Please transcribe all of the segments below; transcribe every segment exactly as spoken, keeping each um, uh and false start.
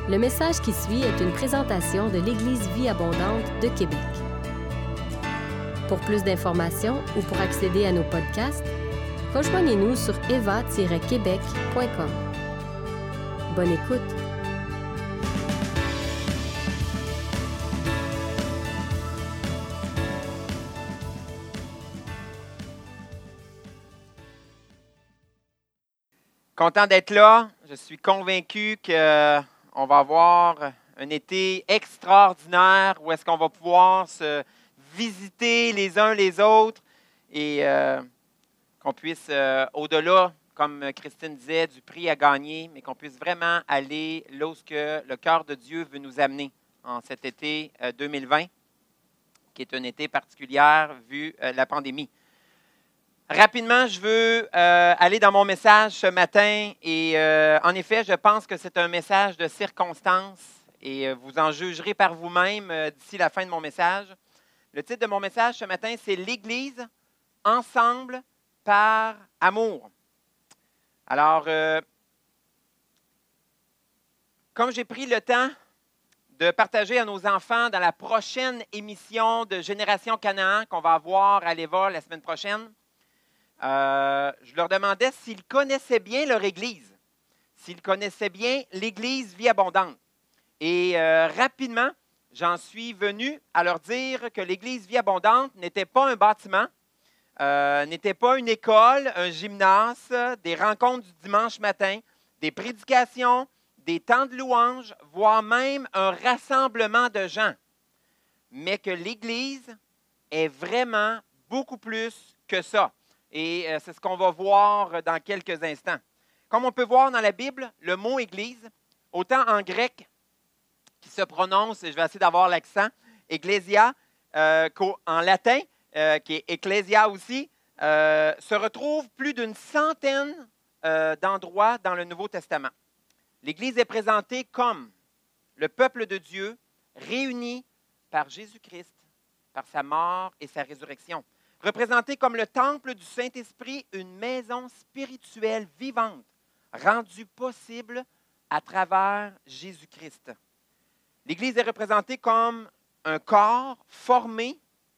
Le message qui suit est une présentation de l'Église Vie Abondante de Québec. Pour plus d'informations ou pour accéder à nos podcasts, rejoignez-nous sur eva tiret québec point com. Bonne écoute! Content d'être là. Je suis convaincu qu'on va avoir un été extraordinaire où est-ce qu'on va pouvoir se visiter les uns les autres et euh, qu'on puisse, euh, au-delà, comme Christine disait, du prix à gagner, mais qu'on puisse vraiment aller là où le cœur de Dieu veut nous amener en cet été euh, deux mille vingt, qui est un été particulier vu euh, la pandémie. Rapidement, je veux euh, aller dans mon message ce matin et euh, en effet, je pense que c'est un message de circonstance et euh, vous en jugerez par vous-même euh, d'ici la fin de mon message. Le titre de mon message ce matin, c'est « L'Église, ensemble, par amour ». Alors, euh, comme j'ai pris le temps de partager à nos enfants dans la prochaine émission de Génération Canaan qu'on va avoir à l'Eva la semaine prochaine, Euh, je leur demandais s'ils connaissaient bien leur Église, s'ils connaissaient bien l'Église Vie Abondante. Et euh, rapidement, j'en suis venu à leur dire que l'Église Vie Abondante n'était pas un bâtiment, euh, n'était pas une école, un gymnase, des rencontres du dimanche matin, des prédications, des temps de louange, voire même un rassemblement de gens. Mais que l'Église est vraiment beaucoup plus que ça. Et euh, c'est ce qu'on va voir dans quelques instants. Comme on peut voir dans la Bible, le mot « Église », autant en grec, qui se prononce, et je vais essayer d'avoir l'accent, « ecclesia euh, », qu'en latin, euh, qui est « ecclesia » aussi, euh, se retrouve plus d'une centaine euh, d'endroits dans le Nouveau Testament. L'Église est présentée comme le peuple de Dieu réuni par Jésus-Christ, par sa mort et sa résurrection. Représenté comme le temple du Saint-Esprit, une maison spirituelle vivante, rendue possible à travers Jésus-Christ. L'Église est représentée comme un corps formé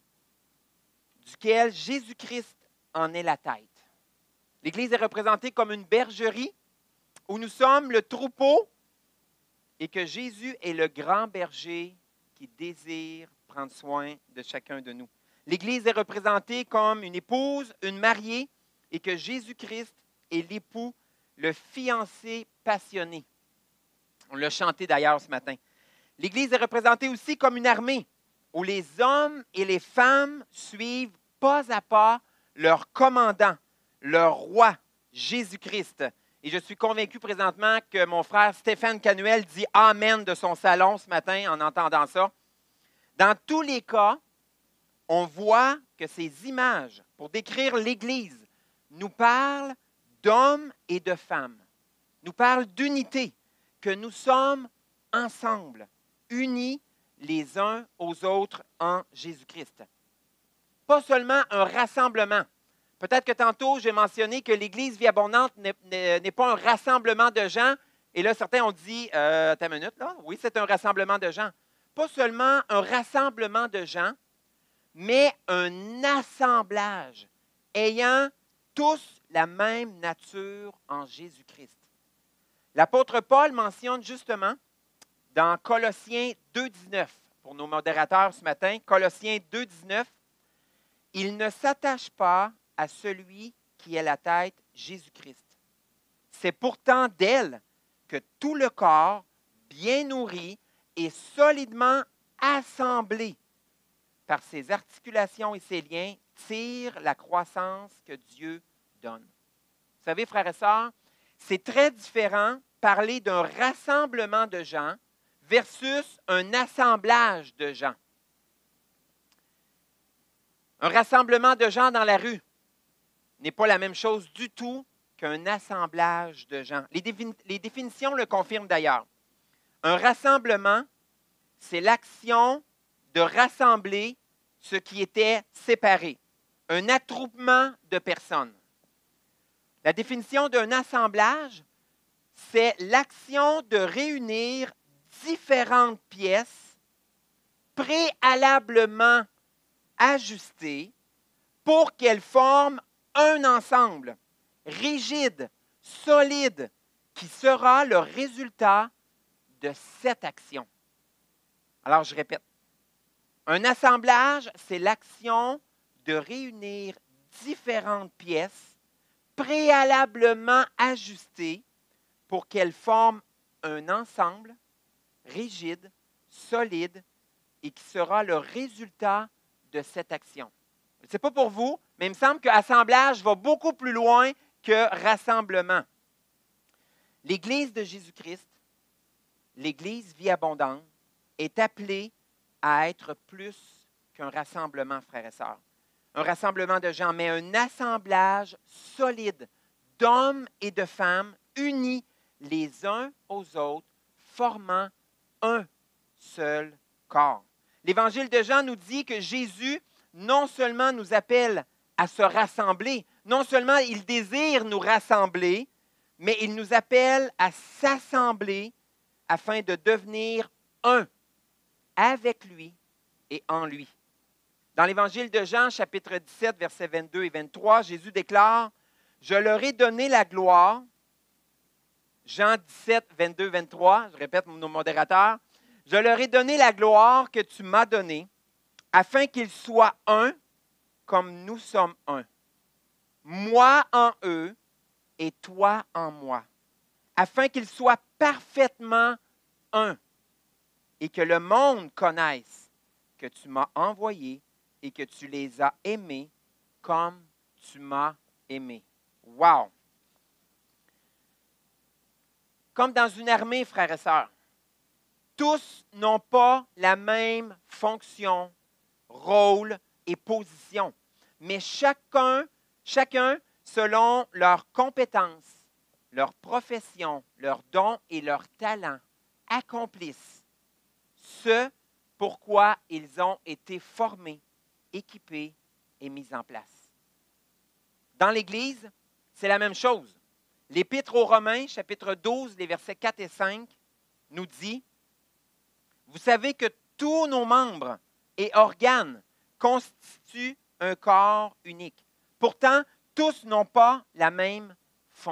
duquel Jésus-Christ en est la tête. L'Église est représentée comme une bergerie où nous sommes le troupeau et que Jésus est le grand berger qui désire prendre soin de chacun de nous. L'Église est représentée comme une épouse, une mariée, et que Jésus-Christ est l'époux, le fiancé passionné. On l'a chanté d'ailleurs ce matin. L'Église est représentée aussi comme une armée, où les hommes et les femmes suivent pas à pas leur commandant, leur roi, Jésus-Christ. Et je suis convaincu présentement que mon frère Stéphane Canuel dit « Amen » de son salon ce matin en entendant ça. Dans tous les cas, on voit que ces images, pour décrire l'Église, nous parlent d'hommes et de femmes, nous parlent d'unité, que nous sommes ensemble, unis les uns aux autres en Jésus-Christ. Pas seulement un rassemblement. Peut-être que tantôt, j'ai mentionné que l'Église Vie Abondante n'est, n'est, n'est pas un rassemblement de gens, et là, certains ont dit, euh, attends une minute, là, oui, c'est un rassemblement de gens. Pas seulement un rassemblement de gens, mais un assemblage ayant tous la même nature en Jésus-Christ. L'apôtre Paul mentionne justement dans Colossiens deux dix-neuf, pour nos modérateurs ce matin, Colossiens deux dix-neuf, « Il ne s'attache pas à celui qui est la tête, Jésus-Christ. C'est pourtant d'elle que tout le corps, bien nourri et solidement assemblé, par ses articulations et ses liens, tire la croissance que Dieu donne. » Vous savez, frères et sœurs, c'est très différent parler d'un rassemblement de gens versus un assemblage de gens. Un rassemblement de gens dans la rue n'est pas la même chose du tout qu'un assemblage de gens. Les, défin- les définitions le confirment d'ailleurs. Un rassemblement, c'est l'action de rassembler ce qui était séparé, un attroupement de personnes. La définition d'un assemblage, c'est l'action de réunir différentes pièces préalablement ajustées pour qu'elles forment un ensemble rigide, solide, qui sera le résultat de cette action. Alors, je répète. Un assemblage, c'est l'action de réunir différentes pièces préalablement ajustées pour qu'elles forment un ensemble rigide, solide et qui sera le résultat de cette action. Ce n'est pas pour vous, mais il me semble que assemblage va beaucoup plus loin que rassemblement. L'Église de Jésus-Christ, l'Église Vie Abondante, est appelée à être plus qu'un rassemblement, frères et sœurs. Un rassemblement de gens, mais un assemblage solide d'hommes et de femmes unis les uns aux autres, formant un seul corps. L'Évangile de Jean nous dit que Jésus non seulement nous appelle à se rassembler, non seulement il désire nous rassembler, mais il nous appelle à s'assembler afin de devenir un avec lui et en lui. Dans l'Évangile de Jean, chapitre dix-sept, versets vingt-deux et vingt-trois, Jésus déclare « Je leur ai donné la gloire ». Jean dix-sept, vingt-deux, vingt-trois, je répète nos modérateurs, « Je leur ai donné la gloire que tu m'as donnée, afin qu'ils soient un comme nous sommes un. Moi en eux et toi en moi, afin qu'ils soient parfaitement un et que le monde connaisse que tu m'as envoyé et que tu les as aimés comme tu m'as aimé. » Wow! Comme dans une armée, frères et sœurs, tous n'ont pas la même fonction, rôle et position, mais chacun, chacun selon leurs compétences, leur profession, leurs dons et leurs talents, accomplissent ce pourquoi ils ont été formés, équipés et mis en place. Dans l'Église, c'est la même chose. L'Épître aux Romains, chapitre douze, les versets quatre et cinq, nous dit « Vous savez que tous nos membres et organes constituent un corps unique. Pourtant, tous n'ont pas la même fonction. »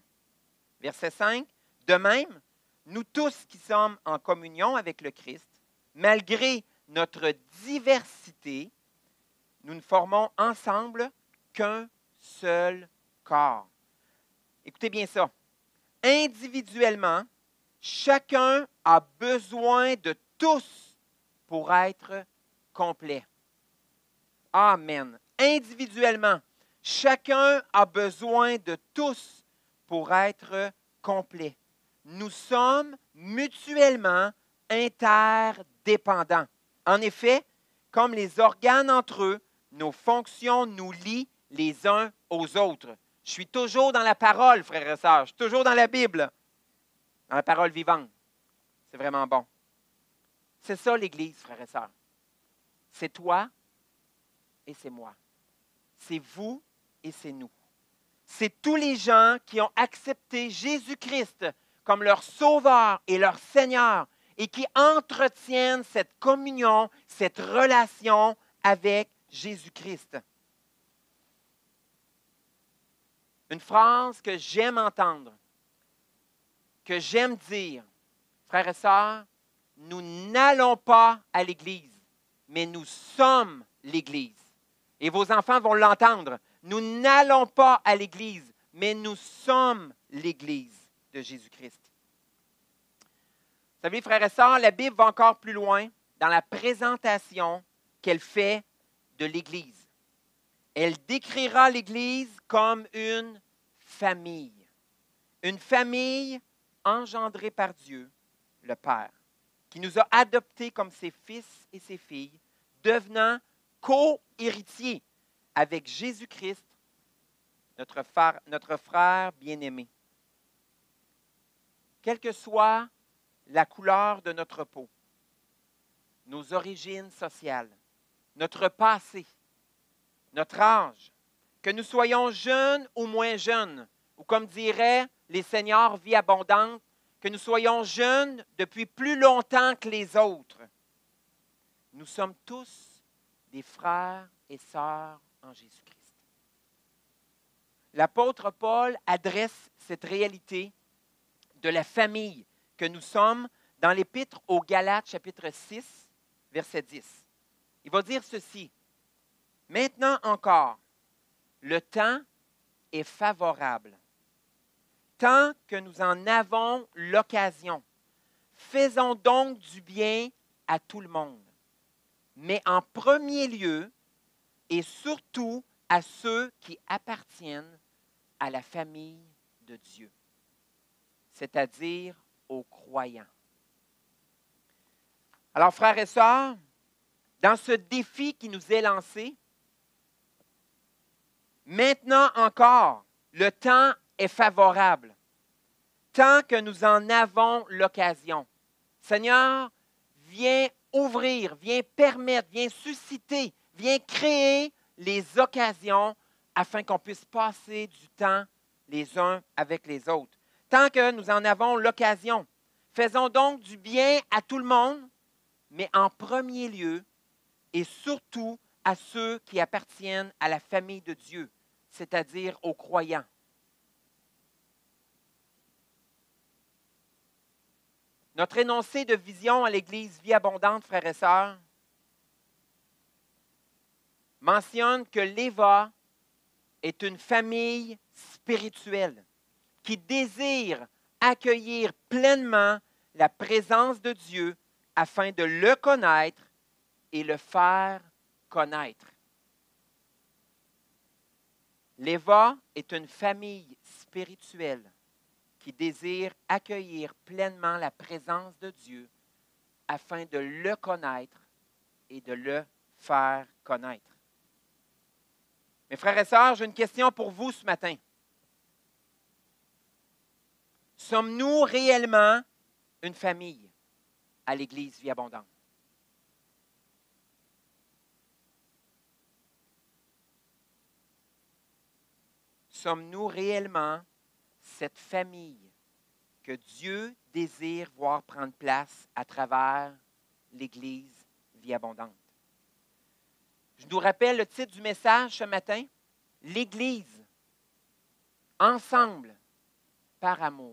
Verset cinq, « De même, nous tous qui sommes en communion avec le Christ, malgré notre diversité, nous ne formons ensemble qu'un seul corps. » Écoutez bien ça. Individuellement, chacun a besoin de tous pour être complet. Amen. Individuellement, chacun a besoin de tous pour être complet. Nous sommes mutuellement interdépendants. En effet, comme les organes entre eux, nos fonctions nous lient les uns aux autres. Je suis toujours dans la parole, frères et sœurs. Je suis toujours dans la Bible, dans la parole vivante. C'est vraiment bon. C'est ça l'Église, frères et sœurs. C'est toi et c'est moi. C'est vous et c'est nous. C'est tous les gens qui ont accepté Jésus-Christ comme leur Sauveur et leur Seigneur et qui entretiennent cette communion, cette relation avec Jésus-Christ. Une phrase que j'aime entendre, que j'aime dire, frères et sœurs, nous n'allons pas à l'Église, mais nous sommes l'Église. Et vos enfants vont l'entendre. Nous n'allons pas à l'Église, mais nous sommes l'Église de Jésus-Christ. Vous savez, frères et sœurs, la Bible va encore plus loin dans la présentation qu'elle fait de l'Église. Elle décrira l'Église comme une famille. Une famille engendrée par Dieu, le Père, qui nous a adoptés comme ses fils et ses filles, devenant co-héritiers avec Jésus-Christ, notre frère, notre frère bien-aimé. Quelle que soit la couleur de notre peau, nos origines sociales, notre passé, notre âge, que nous soyons jeunes ou moins jeunes, ou comme diraient les seniors Vie Abondante, que nous soyons jeunes depuis plus longtemps que les autres, nous sommes tous des frères et sœurs en Jésus-Christ. L'apôtre Paul adresse cette réalité de la famille que nous sommes dans l'Épître aux Galates, chapitre six, verset dix. Il va dire ceci. « Maintenant encore, le temps est favorable. Tant que nous en avons l'occasion, faisons donc du bien à tout le monde, mais en premier lieu et surtout à ceux qui appartiennent à la famille de Dieu, c'est-à-dire aux croyants. » Alors, frères et sœurs, dans ce défi qui nous est lancé, maintenant encore, le temps est favorable, tant que nous en avons l'occasion. Seigneur, viens ouvrir, viens permettre, viens susciter, viens créer les occasions afin qu'on puisse passer du temps les uns avec les autres. Tant que nous en avons l'occasion, faisons donc du bien à tout le monde, mais en premier lieu et surtout à ceux qui appartiennent à la famille de Dieu, c'est-à-dire aux croyants. Notre énoncé de vision à l'Église Vie Abondante, frères et sœurs, mentionne que l'Éva est une famille spirituelle qui désire accueillir pleinement la présence de Dieu afin de le connaître et le faire connaître. L'Éva est une famille spirituelle qui désire accueillir pleinement la présence de Dieu afin de le connaître et de le faire connaître. Mes frères et sœurs, j'ai une question pour vous ce matin. Sommes-nous réellement une famille à l'Église Vie Abondante? Sommes-nous réellement cette famille que Dieu désire voir prendre place à travers l'Église Vie Abondante? Je nous rappelle le titre du message ce matin, l'Église, ensemble, par amour.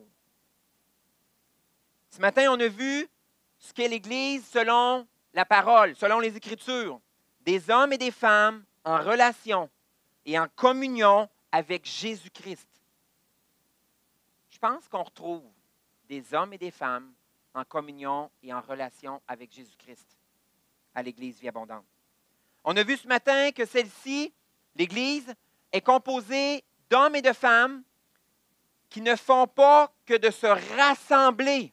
Ce matin, on a vu ce qu'est l'Église selon la parole, selon les Écritures. Des hommes et des femmes en relation et en communion avec Jésus-Christ. Je pense qu'on retrouve des hommes et des femmes en communion et en relation avec Jésus-Christ à l'Église Vie Abondante. On a vu ce matin que celle-ci, l'Église, est composée d'hommes et de femmes qui ne font pas que de se rassembler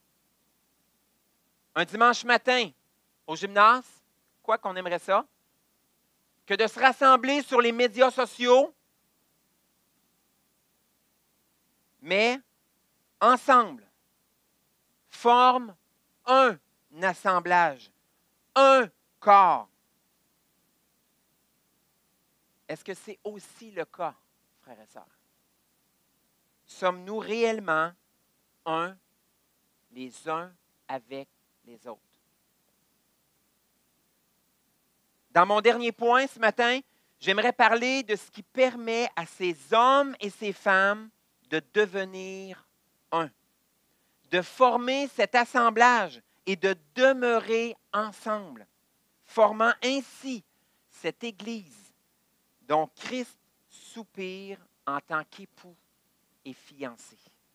un dimanche matin au gymnase, quoi qu'on aimerait ça, que de se rassembler sur les médias sociaux, mais ensemble, forment un assemblage, un corps. Est-ce que c'est aussi le cas, frères et sœurs? Sommes-nous réellement un, les uns avec les autres? Dans mon dernier point ce matin, j'aimerais parler de ce qui permet à ces hommes et ces femmes de devenir un, de former cet assemblage et de demeurer ensemble, formant ainsi cette Église dont Christ soupire en tant qu'époux et fiancé.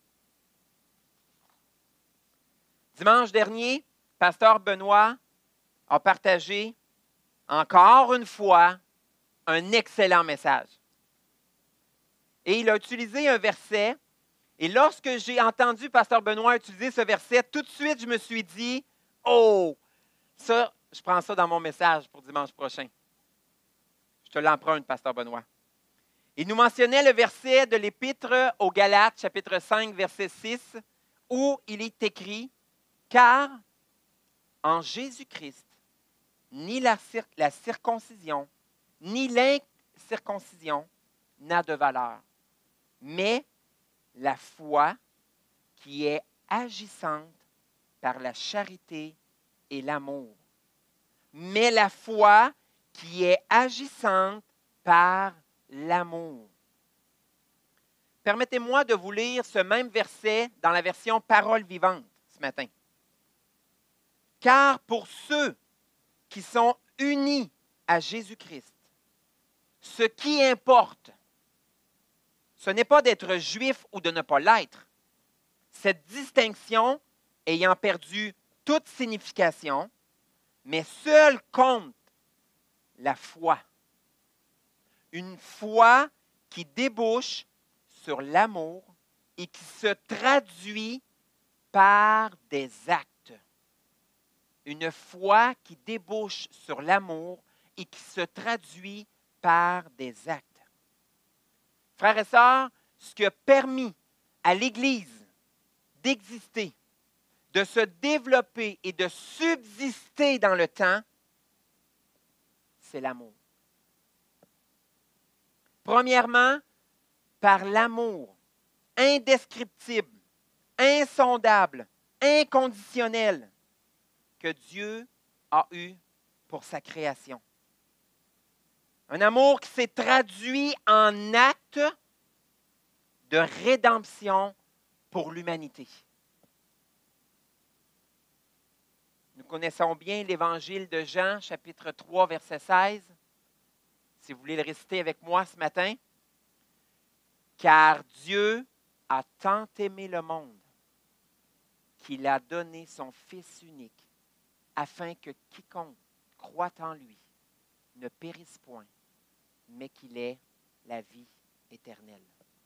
Dimanche dernier, Pasteur Benoît a partagé encore une fois un excellent message. Et il a utilisé un verset, et lorsque j'ai entendu Pasteur Benoît utiliser ce verset, tout de suite, je me suis dit, « Oh, ça, je prends ça dans mon message pour dimanche prochain. » Je te l'emprunte, Pasteur Benoît. Il nous mentionnait le verset de l'Épître aux Galates, chapitre cinq, verset six, où il est écrit « Car en Jésus-Christ, ni la, cir- la circoncision, ni l'incirconcision n'a de valeur, mais la foi qui est agissante par la charité et l'amour, mais la foi qui est agissante par l'amour. Permettez-moi de vous lire ce même verset dans la version Parole vivante ce matin. Car pour ceux qui sont unis à Jésus-Christ, ce qui importe, ce n'est pas d'être juif ou de ne pas l'être. Cette distinction ayant perdu toute signification, mais seule compte la foi. Une foi qui débouche sur l'amour et qui se traduit par des actes. Une foi qui débouche sur l'amour et qui se traduit par des actes. Frères et sœurs, ce qui a permis à l'Église d'exister, de se développer et de subsister dans le temps, c'est l'amour. Premièrement, par l'amour indescriptible, insondable, inconditionnel que Dieu a eu pour sa création. Un amour qui s'est traduit en acte de rédemption pour l'humanité. Nous connaissons bien l'Évangile de Jean, chapitre trois, verset seize. Si vous voulez le réciter avec moi ce matin. Car Dieu a tant aimé le monde qu'il a donné son Fils unique, afin que quiconque croit en lui ne périsse point, mais qu'il ait la vie éternelle.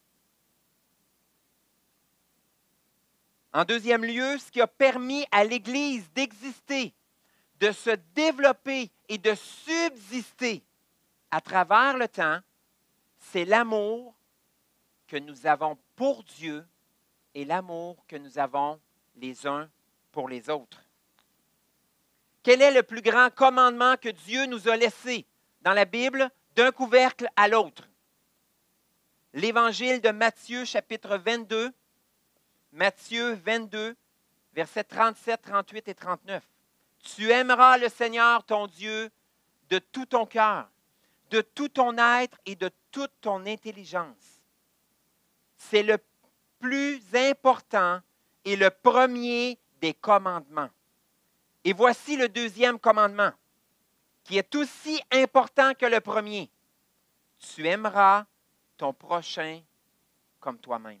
En deuxième lieu, ce qui a permis à l'Église d'exister, de se développer et de subsister à travers le temps, c'est l'amour que nous avons pour Dieu et l'amour que nous avons les uns pour les autres. Quel est le plus grand commandement que Dieu nous a laissé dans la Bible d'un couvercle à l'autre? L'Évangile de Matthieu, chapitre vingt-deux, Matthieu vingt-deux, versets trente-sept, trente-huit et trente-neuf. Tu aimeras le Seigneur ton Dieu de tout ton cœur, de tout ton être et de toute ton intelligence. C'est le plus important et le premier des commandements. Et voici le deuxième commandement, qui est aussi important que le premier. Tu aimeras ton prochain comme toi-même.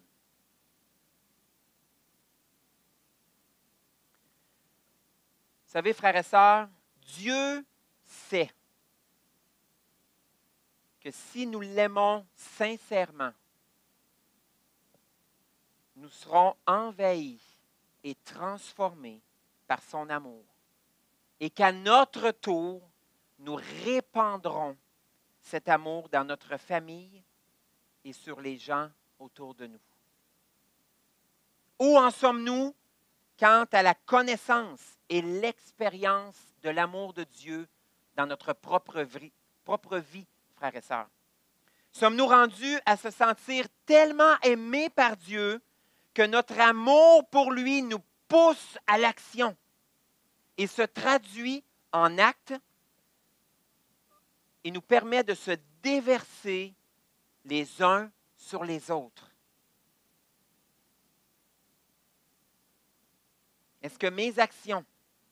Vous savez, frères et sœurs, Dieu sait que si nous l'aimons sincèrement, nous serons envahis et transformés par son amour et qu'à notre tour, nous répandrons cet amour dans notre famille et sur les gens autour de nous. Où en sommes-nous quant à la connaissance et l'expérience de l'amour de Dieu dans notre propre vie, propre vie, frères et sœurs? Sommes-nous rendus à se sentir tellement aimés par Dieu que notre amour pour lui nous pousse à l'action et se traduit en actes et nous permet de se déverser les uns sur les autres? Est-ce que mes actions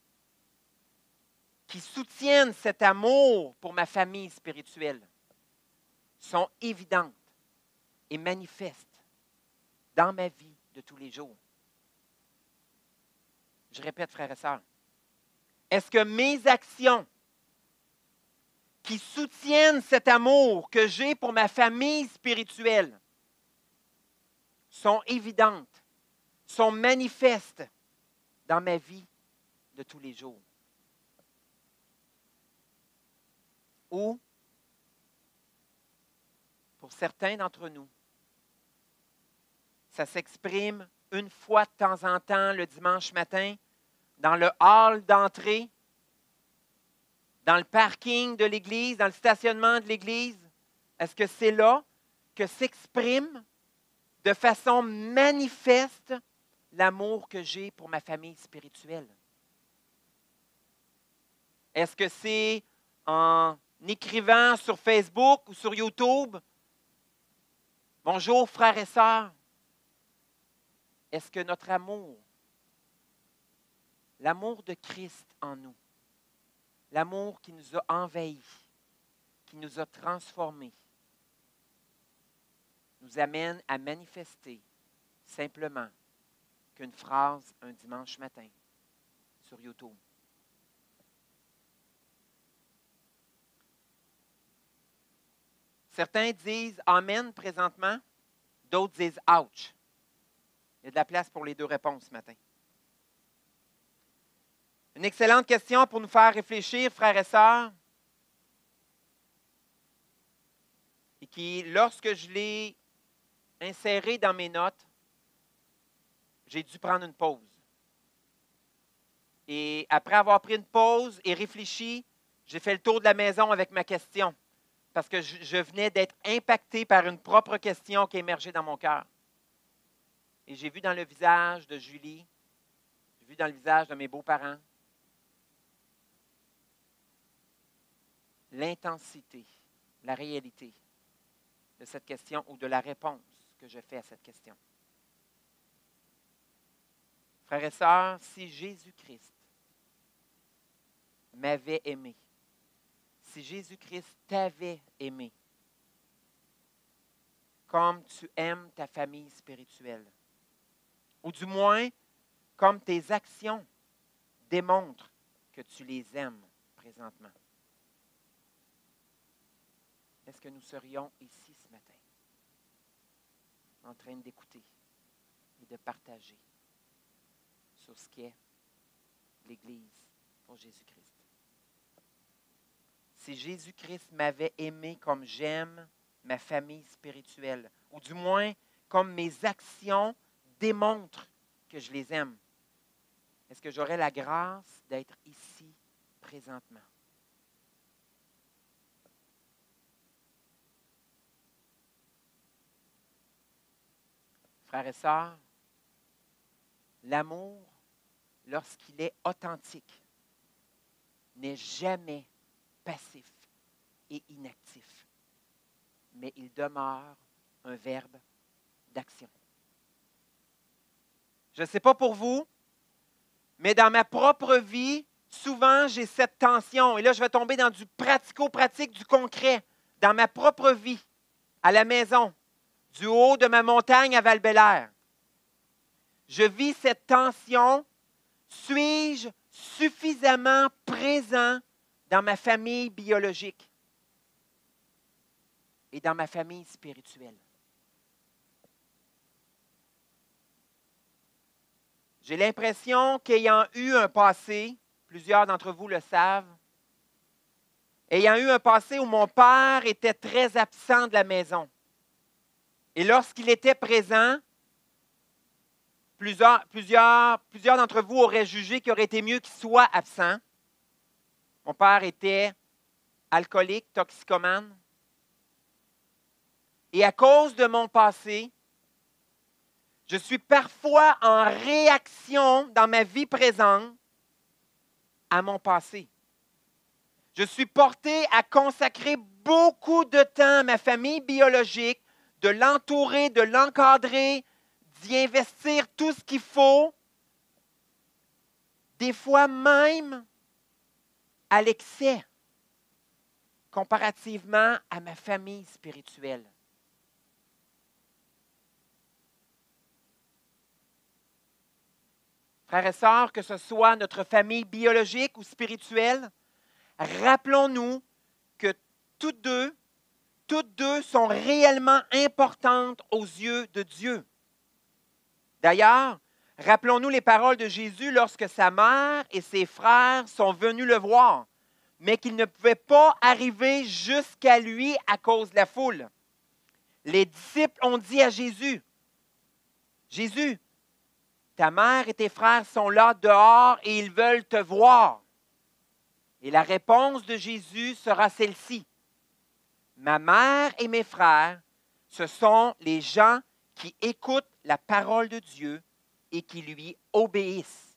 qui soutiennent cet amour pour ma famille spirituelle sont évidentes et manifestes dans ma vie de tous les jours? Je répète, frères et sœurs, est-ce que mes actions qui soutiennent cet amour que j'ai pour ma famille spirituelle sont évidentes, sont manifestes dans ma vie de tous les jours? Ou, pour certains d'entre nous, ça s'exprime une fois de temps en temps le dimanche matin dans le hall d'entrée, dans le parking de l'Église, dans le stationnement de l'Église. Est-ce que c'est là que s'exprime de façon manifeste l'amour que j'ai pour ma famille spirituelle? Est-ce que c'est en écrivant sur Facebook ou sur YouTube? Bonjour frères et sœurs. Est-ce que notre amour, l'amour de Christ en nous, l'amour qui nous a envahis, qui nous a transformés, nous amène à manifester simplement qu'une phrase un dimanche matin sur YouTube? Certains disent Amen présentement, d'autres disent Ouch. Il y a de la place pour les deux réponses ce matin. Une excellente question pour nous faire réfléchir, frères et sœurs, et qui, lorsque je l'ai insérée dans mes notes, j'ai dû prendre une pause. Et après avoir pris une pause et réfléchi, j'ai fait le tour de la maison avec ma question, parce que je, je venais d'être impacté par une propre question qui émergeait dans mon cœur. Et j'ai vu dans le visage de Julie, j'ai vu dans le visage de mes beaux-parents, l'intensité, la réalité de cette question ou de la réponse que je fais à cette question. Frères et sœurs, si Jésus-Christ m'avait aimé, si Jésus-Christ t'avait aimé, comme tu aimes ta famille spirituelle, ou du moins comme tes actions démontrent que tu les aimes présentement, est-ce que nous serions ici ce matin en train d'écouter et de partager sur ce qu'est l'Église pour Jésus-Christ? Si Jésus-Christ m'avait aimé comme j'aime ma famille spirituelle, ou du moins comme mes actions démontrent que je les aime, est-ce que j'aurais la grâce d'être ici présentement? Frères et sœurs, l'amour, lorsqu'il est authentique, n'est jamais passif et inactif, mais il demeure un verbe d'action. Je ne sais pas pour vous, mais dans ma propre vie, souvent j'ai cette tension, et là je vais tomber dans du pratico-pratique, du concret, dans ma propre vie, à la maison, du haut de ma montagne à Val-Bélair. Je vis cette tension. Suis-je suffisamment présent dans ma famille biologique et dans ma famille spirituelle? J'ai l'impression qu'ayant eu un passé, plusieurs d'entre vous le savent, ayant eu un passé où mon père était très absent de la maison. Et lorsqu'il était présent, plusieurs, plusieurs, plusieurs d'entre vous auraient jugé qu'il aurait été mieux qu'il soit absent. Mon père était alcoolique, toxicomane. Et à cause de mon passé, je suis parfois en réaction dans ma vie présente à mon passé. Je suis porté à consacrer beaucoup de temps à ma famille biologique, de l'entourer, de l'encadrer, d'y investir tout ce qu'il faut, des fois même à l'excès, comparativement à ma famille spirituelle. Frères et sœurs, que ce soit notre famille biologique ou spirituelle, rappelons-nous que toutes deux, toutes deux sont réellement importantes aux yeux de Dieu. D'ailleurs, rappelons-nous les paroles de Jésus lorsque sa mère et ses frères sont venus le voir, mais qu'ils ne pouvaient pas arriver jusqu'à lui à cause de la foule. Les disciples ont dit à Jésus, « Jésus, ta mère et tes frères sont là dehors et ils veulent te voir. » Et la réponse de Jésus sera celle-ci. « Ma mère et mes frères, ce sont les gens qui écoutent la parole de Dieu et qui lui obéissent.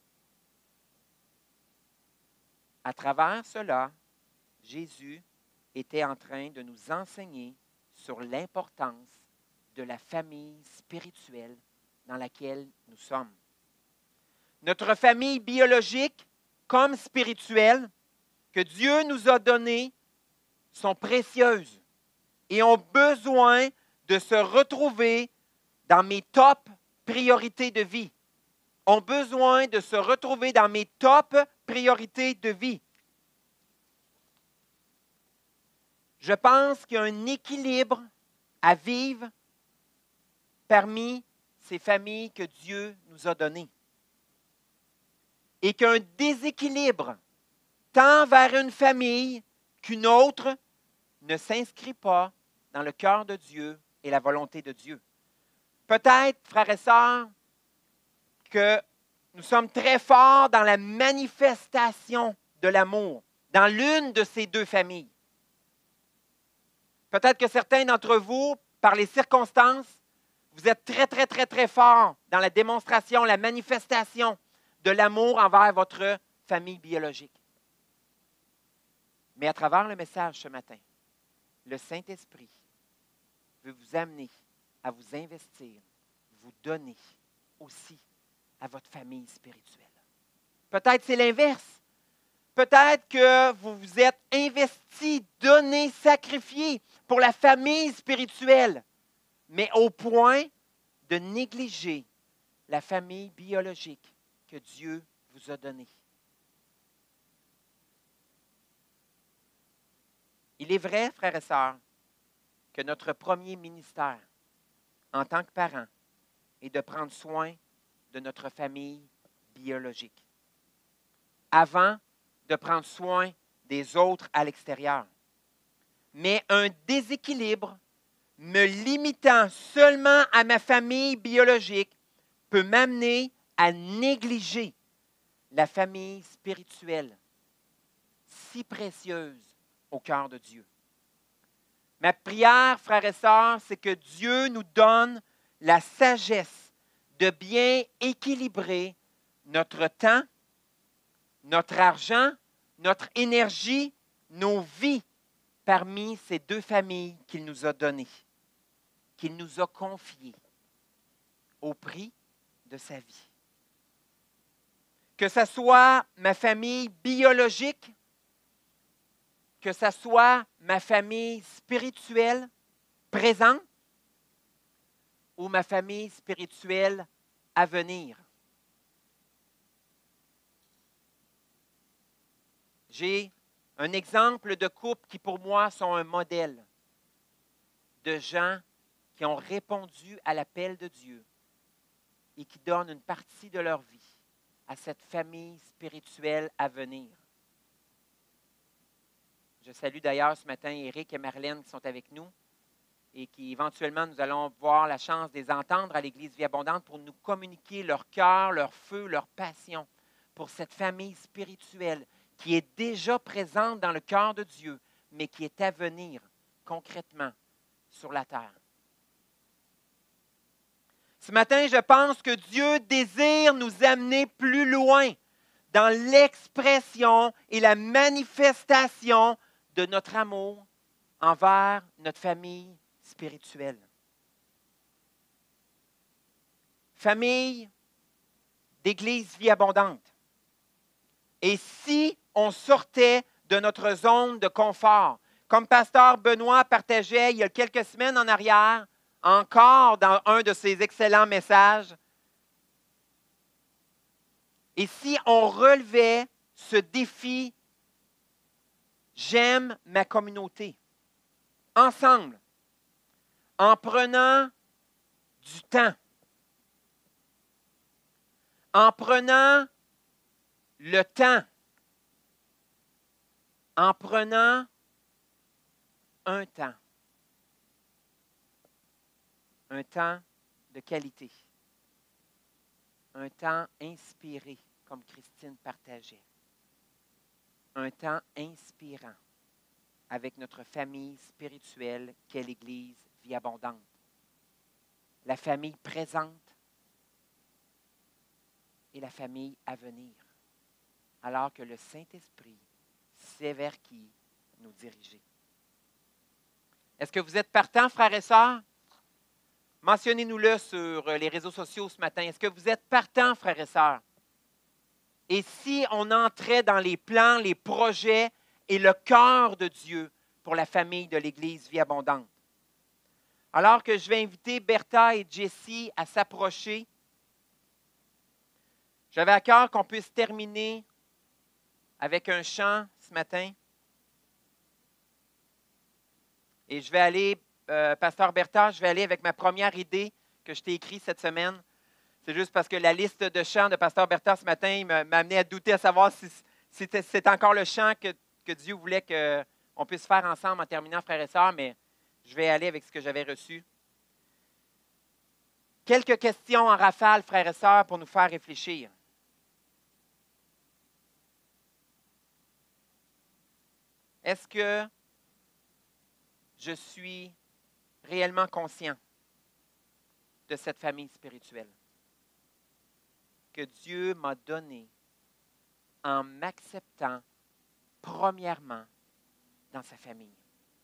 À travers cela, Jésus était en train de nous enseigner sur l'importance de la famille spirituelle dans laquelle nous sommes. Notre famille biologique comme spirituelle que Dieu nous a données sont précieuses et ont besoin de se retrouver dans mes top priorités de vie. Ont besoin de se retrouver dans mes top priorités de vie. Je pense qu'il y a un équilibre à vivre parmi ces familles que Dieu nous a données. Et qu'un déséquilibre tant vers une famille qu'une autre ne s'inscrit pas dans le cœur de Dieu et la volonté de Dieu. Peut-être, frères et sœurs, que nous sommes très forts dans la manifestation de l'amour, dans l'une de ces deux familles. Peut-être que certains d'entre vous, par les circonstances, vous êtes très, très, très, très forts dans la démonstration, la manifestation de l'amour envers votre famille biologique. Mais à travers le message ce matin, le Saint-Esprit veut vous amener à vous investir, vous donner aussi à votre famille spirituelle. Peut-être c'est l'inverse. Peut-être que vous vous êtes investi, donné, sacrifié pour la famille spirituelle, mais au point de négliger la famille biologique que Dieu vous a donnée. Il est vrai, frères et sœurs, que notre premier ministère en tant que parents est de prendre soin de notre famille biologique, avant de prendre soin des autres à l'extérieur. Mais un déséquilibre me limitant seulement à ma famille biologique peut m'amener à négliger la famille spirituelle, si précieuse au cœur de Dieu. Ma prière, frères et sœurs, c'est que Dieu nous donne la sagesse de bien équilibrer notre temps, notre argent, notre énergie, nos vies parmi ces deux familles qu'il nous a données, qu'il nous a confiées au prix de sa vie. Que ce soit ma famille biologique, que ce soit ma famille spirituelle présente ou ma famille spirituelle à venir. J'ai un exemple de couple qui, pour moi, sont un modèle de gens qui ont répondu à l'appel de Dieu et qui donnent une partie de leur vie à cette famille spirituelle à venir. Je salue d'ailleurs ce matin Éric et Marlène qui sont avec nous et qui, éventuellement, nous allons avoir la chance de les entendre à l'Église Vie Abondante pour nous communiquer leur cœur, leur feu, leur passion pour cette famille spirituelle qui est déjà présente dans le cœur de Dieu, mais qui est à venir concrètement sur la terre. Ce matin, je pense que Dieu désire nous amener plus loin dans l'expression et la manifestation de notre amour envers notre famille spirituelle. Famille d'Église Vie Abondante. Et si on sortait de notre zone de confort, comme Pasteur Benoît partageait il y a quelques semaines en arrière, encore dans un de ses excellents messages, et si on relevait ce défi, j'aime ma communauté, ensemble, en prenant du temps, en prenant le temps, en prenant un temps, un temps de qualité, un temps inspiré, comme Christine partageait, un temps inspirant avec notre famille spirituelle qu'est l'Église Vie Abondante. La famille présente, et la famille à venir, alors que le Saint-Esprit sait vers qui nous diriger. Est-ce que vous êtes partants, frères et sœurs? Mentionnez-nous-le sur les réseaux sociaux ce matin. Est-ce que vous êtes partants, frères et sœurs? Et si on entrait dans les plans, les projets et le cœur de Dieu pour la famille de l'Église Vie Abondante? Alors que je vais inviter Bertha et Jessie à s'approcher, j'avais à cœur qu'on puisse terminer avec un chant ce matin. Et je vais aller, euh, Pasteur Bertha, je vais aller avec ma première idée que je t'ai écrite cette semaine. C'est juste parce que la liste de chants de Pasteur Bertha ce matin m'a amené à douter à savoir si c'était, c'est encore le chant que, que Dieu voulait qu'on puisse faire ensemble en terminant, frères et sœurs, mais je vais aller avec ce que j'avais reçu. Quelques questions en rafale, frères et sœurs, pour nous faire réfléchir. Est-ce que je suis réellement conscient de cette famille spirituelle que Dieu m'a donnée en m'acceptant premièrement dans sa famille?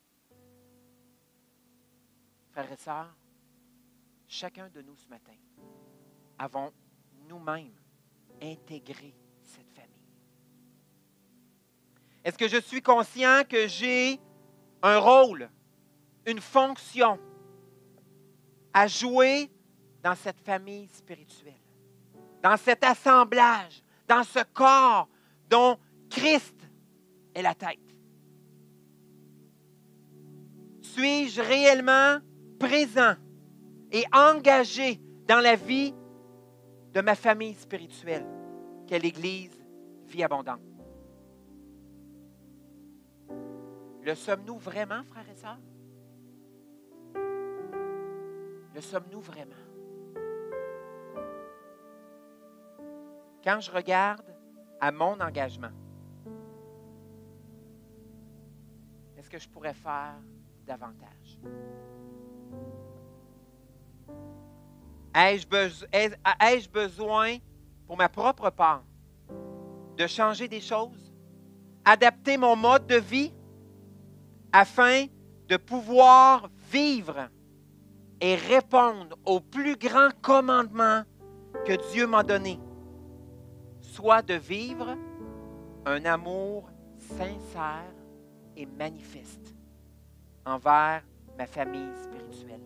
Frères et sœurs, chacun de nous ce matin avons nous-mêmes intégré cette famille. Est-ce que je suis conscient que j'ai un rôle, une fonction à jouer dans cette famille spirituelle, dans cet assemblage, dans ce corps dont Christ est la tête? Suis-je réellement présent et engagé dans la vie de ma famille spirituelle, qu'est l'Église Vie Abondante? Le sommes-nous vraiment, frères et sœurs? Le sommes-nous vraiment? Quand je regarde à mon engagement, est-ce que je pourrais faire davantage? Ai-je besoin, ai-je besoin, pour ma propre part, de changer des choses, adapter mon mode de vie afin de pouvoir vivre et répondre au plus grand commandement que Dieu m'a donné, soit de vivre un amour sincère et manifeste envers ma famille spirituelle.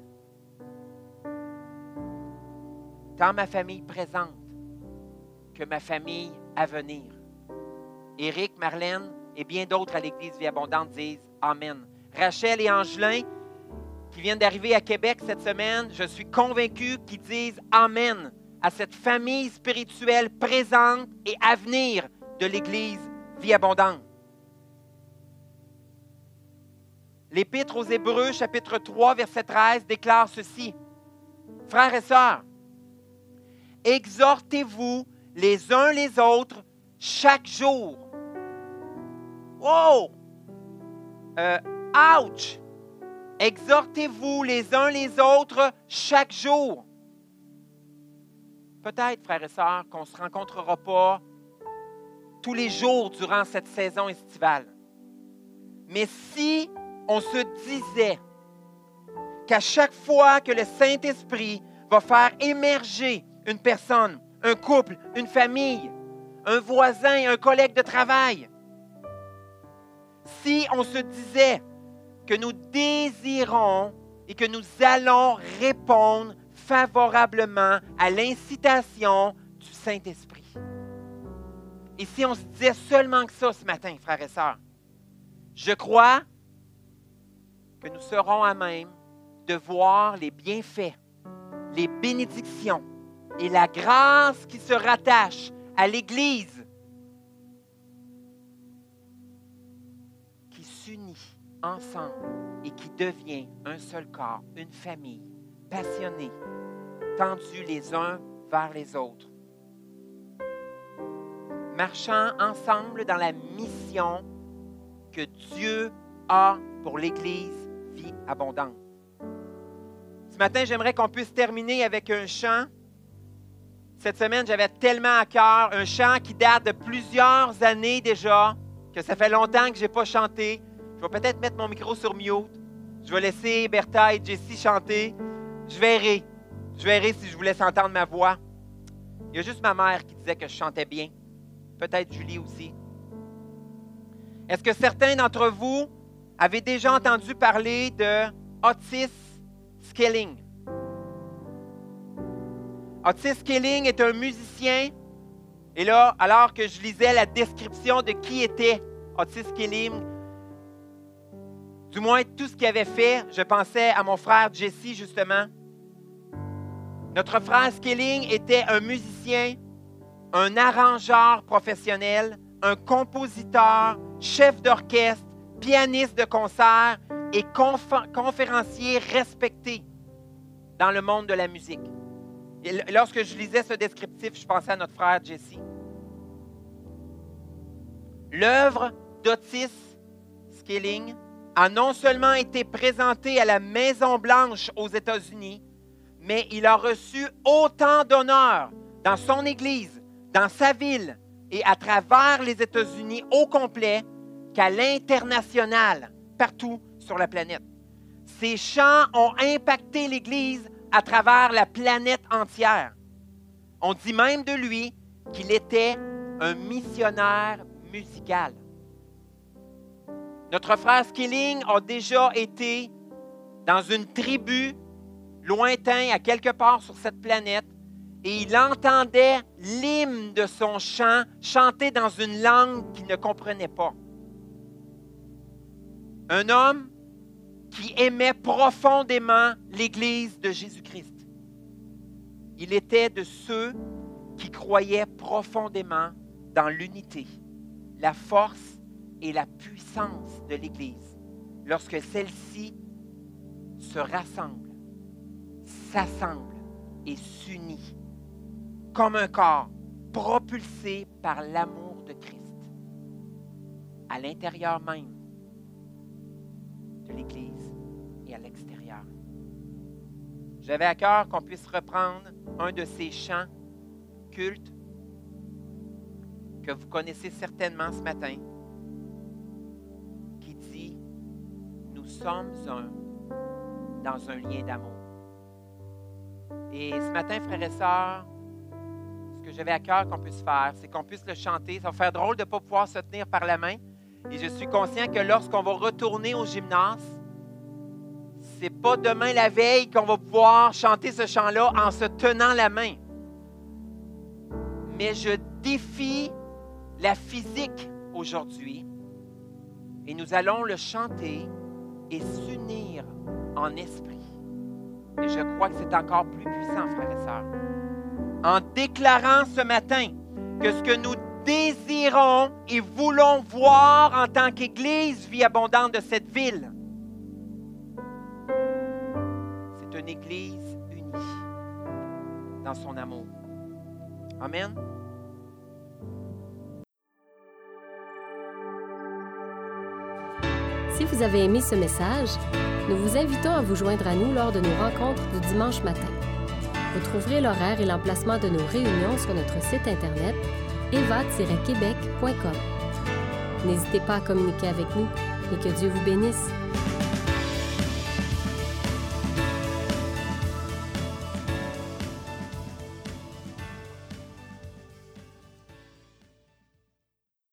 Tant ma famille présente que ma famille à venir. Éric, Marlène et bien d'autres à l'Église Vie Abondante disent Amen. Rachel et Angelin, qui viennent d'arriver à Québec cette semaine, je suis convaincu qu'ils disent Amen à cette famille spirituelle présente et à venir de l'Église Vie Abondante. L'Épître aux Hébreux, chapitre trois, verset treize, déclare ceci. Frères et sœurs, exhortez-vous les uns les autres chaque jour. Oh! Euh, ouch! Exhortez-vous les uns les autres chaque jour. Peut-être, frères et sœurs, qu'on ne se rencontrera pas tous les jours durant cette saison estivale. Mais si on se disait qu'à chaque fois que le Saint-Esprit va faire émerger une personne, un couple, une famille, un voisin, un collègue de travail, si on se disait que nous désirons et que nous allons répondre favorablement à l'incitation du Saint-Esprit. Et si on se disait seulement que ça ce matin, frères et sœurs, je crois que nous serons à même de voir les bienfaits, les bénédictions et la grâce qui se rattache à l'Église qui s'unit ensemble et qui devient un seul corps, une famille passionnée, tendus les uns vers les autres, marchant ensemble dans la mission que Dieu a pour l'Église Vie Abondante. Ce matin, j'aimerais qu'on puisse terminer avec un chant. cette semaine, j'avais tellement à cœur un chant qui date de plusieurs années déjà, que ça fait longtemps que je n'ai pas chanté. Je vais peut-être mettre mon micro sur mute. Je vais laisser Bertha et Jessie chanter. Je verrai. Je verrai si je vous laisse entendre ma voix. Il y a juste ma mère qui disait que je chantais bien. Peut-être Julie aussi. Est-ce que certains d'entre vous avez déjà entendu parler de Otis Skelling? Otis Skelling est un musicien. Et là, alors que je lisais la description de qui était Otis Skelling, du moins tout ce qu'il avait fait, je pensais à mon frère Jesse, justement. Notre frère Skelling était un musicien, un arrangeur professionnel, un compositeur, chef d'orchestre, pianiste de concert et conf- conférencier respecté dans le monde de la musique. Et lorsque je lisais ce descriptif, je pensais à notre frère Jesse. L'œuvre d'Otis Skelling a non seulement été présentée à la Maison-Blanche aux États-Unis, mais il a reçu autant d'honneurs dans son Église, dans sa ville et à travers les États-Unis au complet qu'à l'international, partout sur la planète. Ses chants ont impacté l'Église à travers la planète entière. On dit même de lui qu'il était un missionnaire musical. Notre frère Skelling a déjà été dans une tribu lointaine, à quelque part sur cette planète, et il entendait l'hymne de son chant chanté dans une langue qu'il ne comprenait pas. Un homme qui aimait profondément l'Église de Jésus-Christ. Il était de ceux qui croyaient profondément dans l'unité, la force et la puissance de l'Église lorsque celle-ci se rassemble, s'assemble et s'unit comme un corps propulsé par l'amour de Christ à l'intérieur même de l'Église et à l'extérieur. J'avais à cœur qu'on puisse reprendre un de ces chants cultes que vous connaissez certainement ce matin, qui dit « Nous sommes un dans un lien d'amour ». Et ce matin, frères et sœurs, ce que j'avais à cœur qu'on puisse faire, c'est qu'on puisse le chanter. Ça va faire drôle de ne pas pouvoir se tenir par la main. Et je suis conscient que lorsqu'on va retourner au gymnase, c'est pas demain la veille qu'on va pouvoir chanter ce chant-là en se tenant la main. Mais je défie la physique aujourd'hui et nous allons le chanter et s'unir en esprit. Et je crois que c'est encore plus puissant, frères et sœurs. En déclarant ce matin que ce que nous désirons et voulons voir en tant qu'Église Vie Abondante de cette ville, c'est une Église unie dans son amour. Amen. Si vous avez aimé ce message, nous vous invitons à vous joindre à nous lors de nos rencontres du dimanche matin. Vous trouverez l'horaire et l'emplacement de nos réunions sur notre site Internet eva tiret québec point com. N'hésitez pas à communiquer avec nous et que Dieu vous bénisse.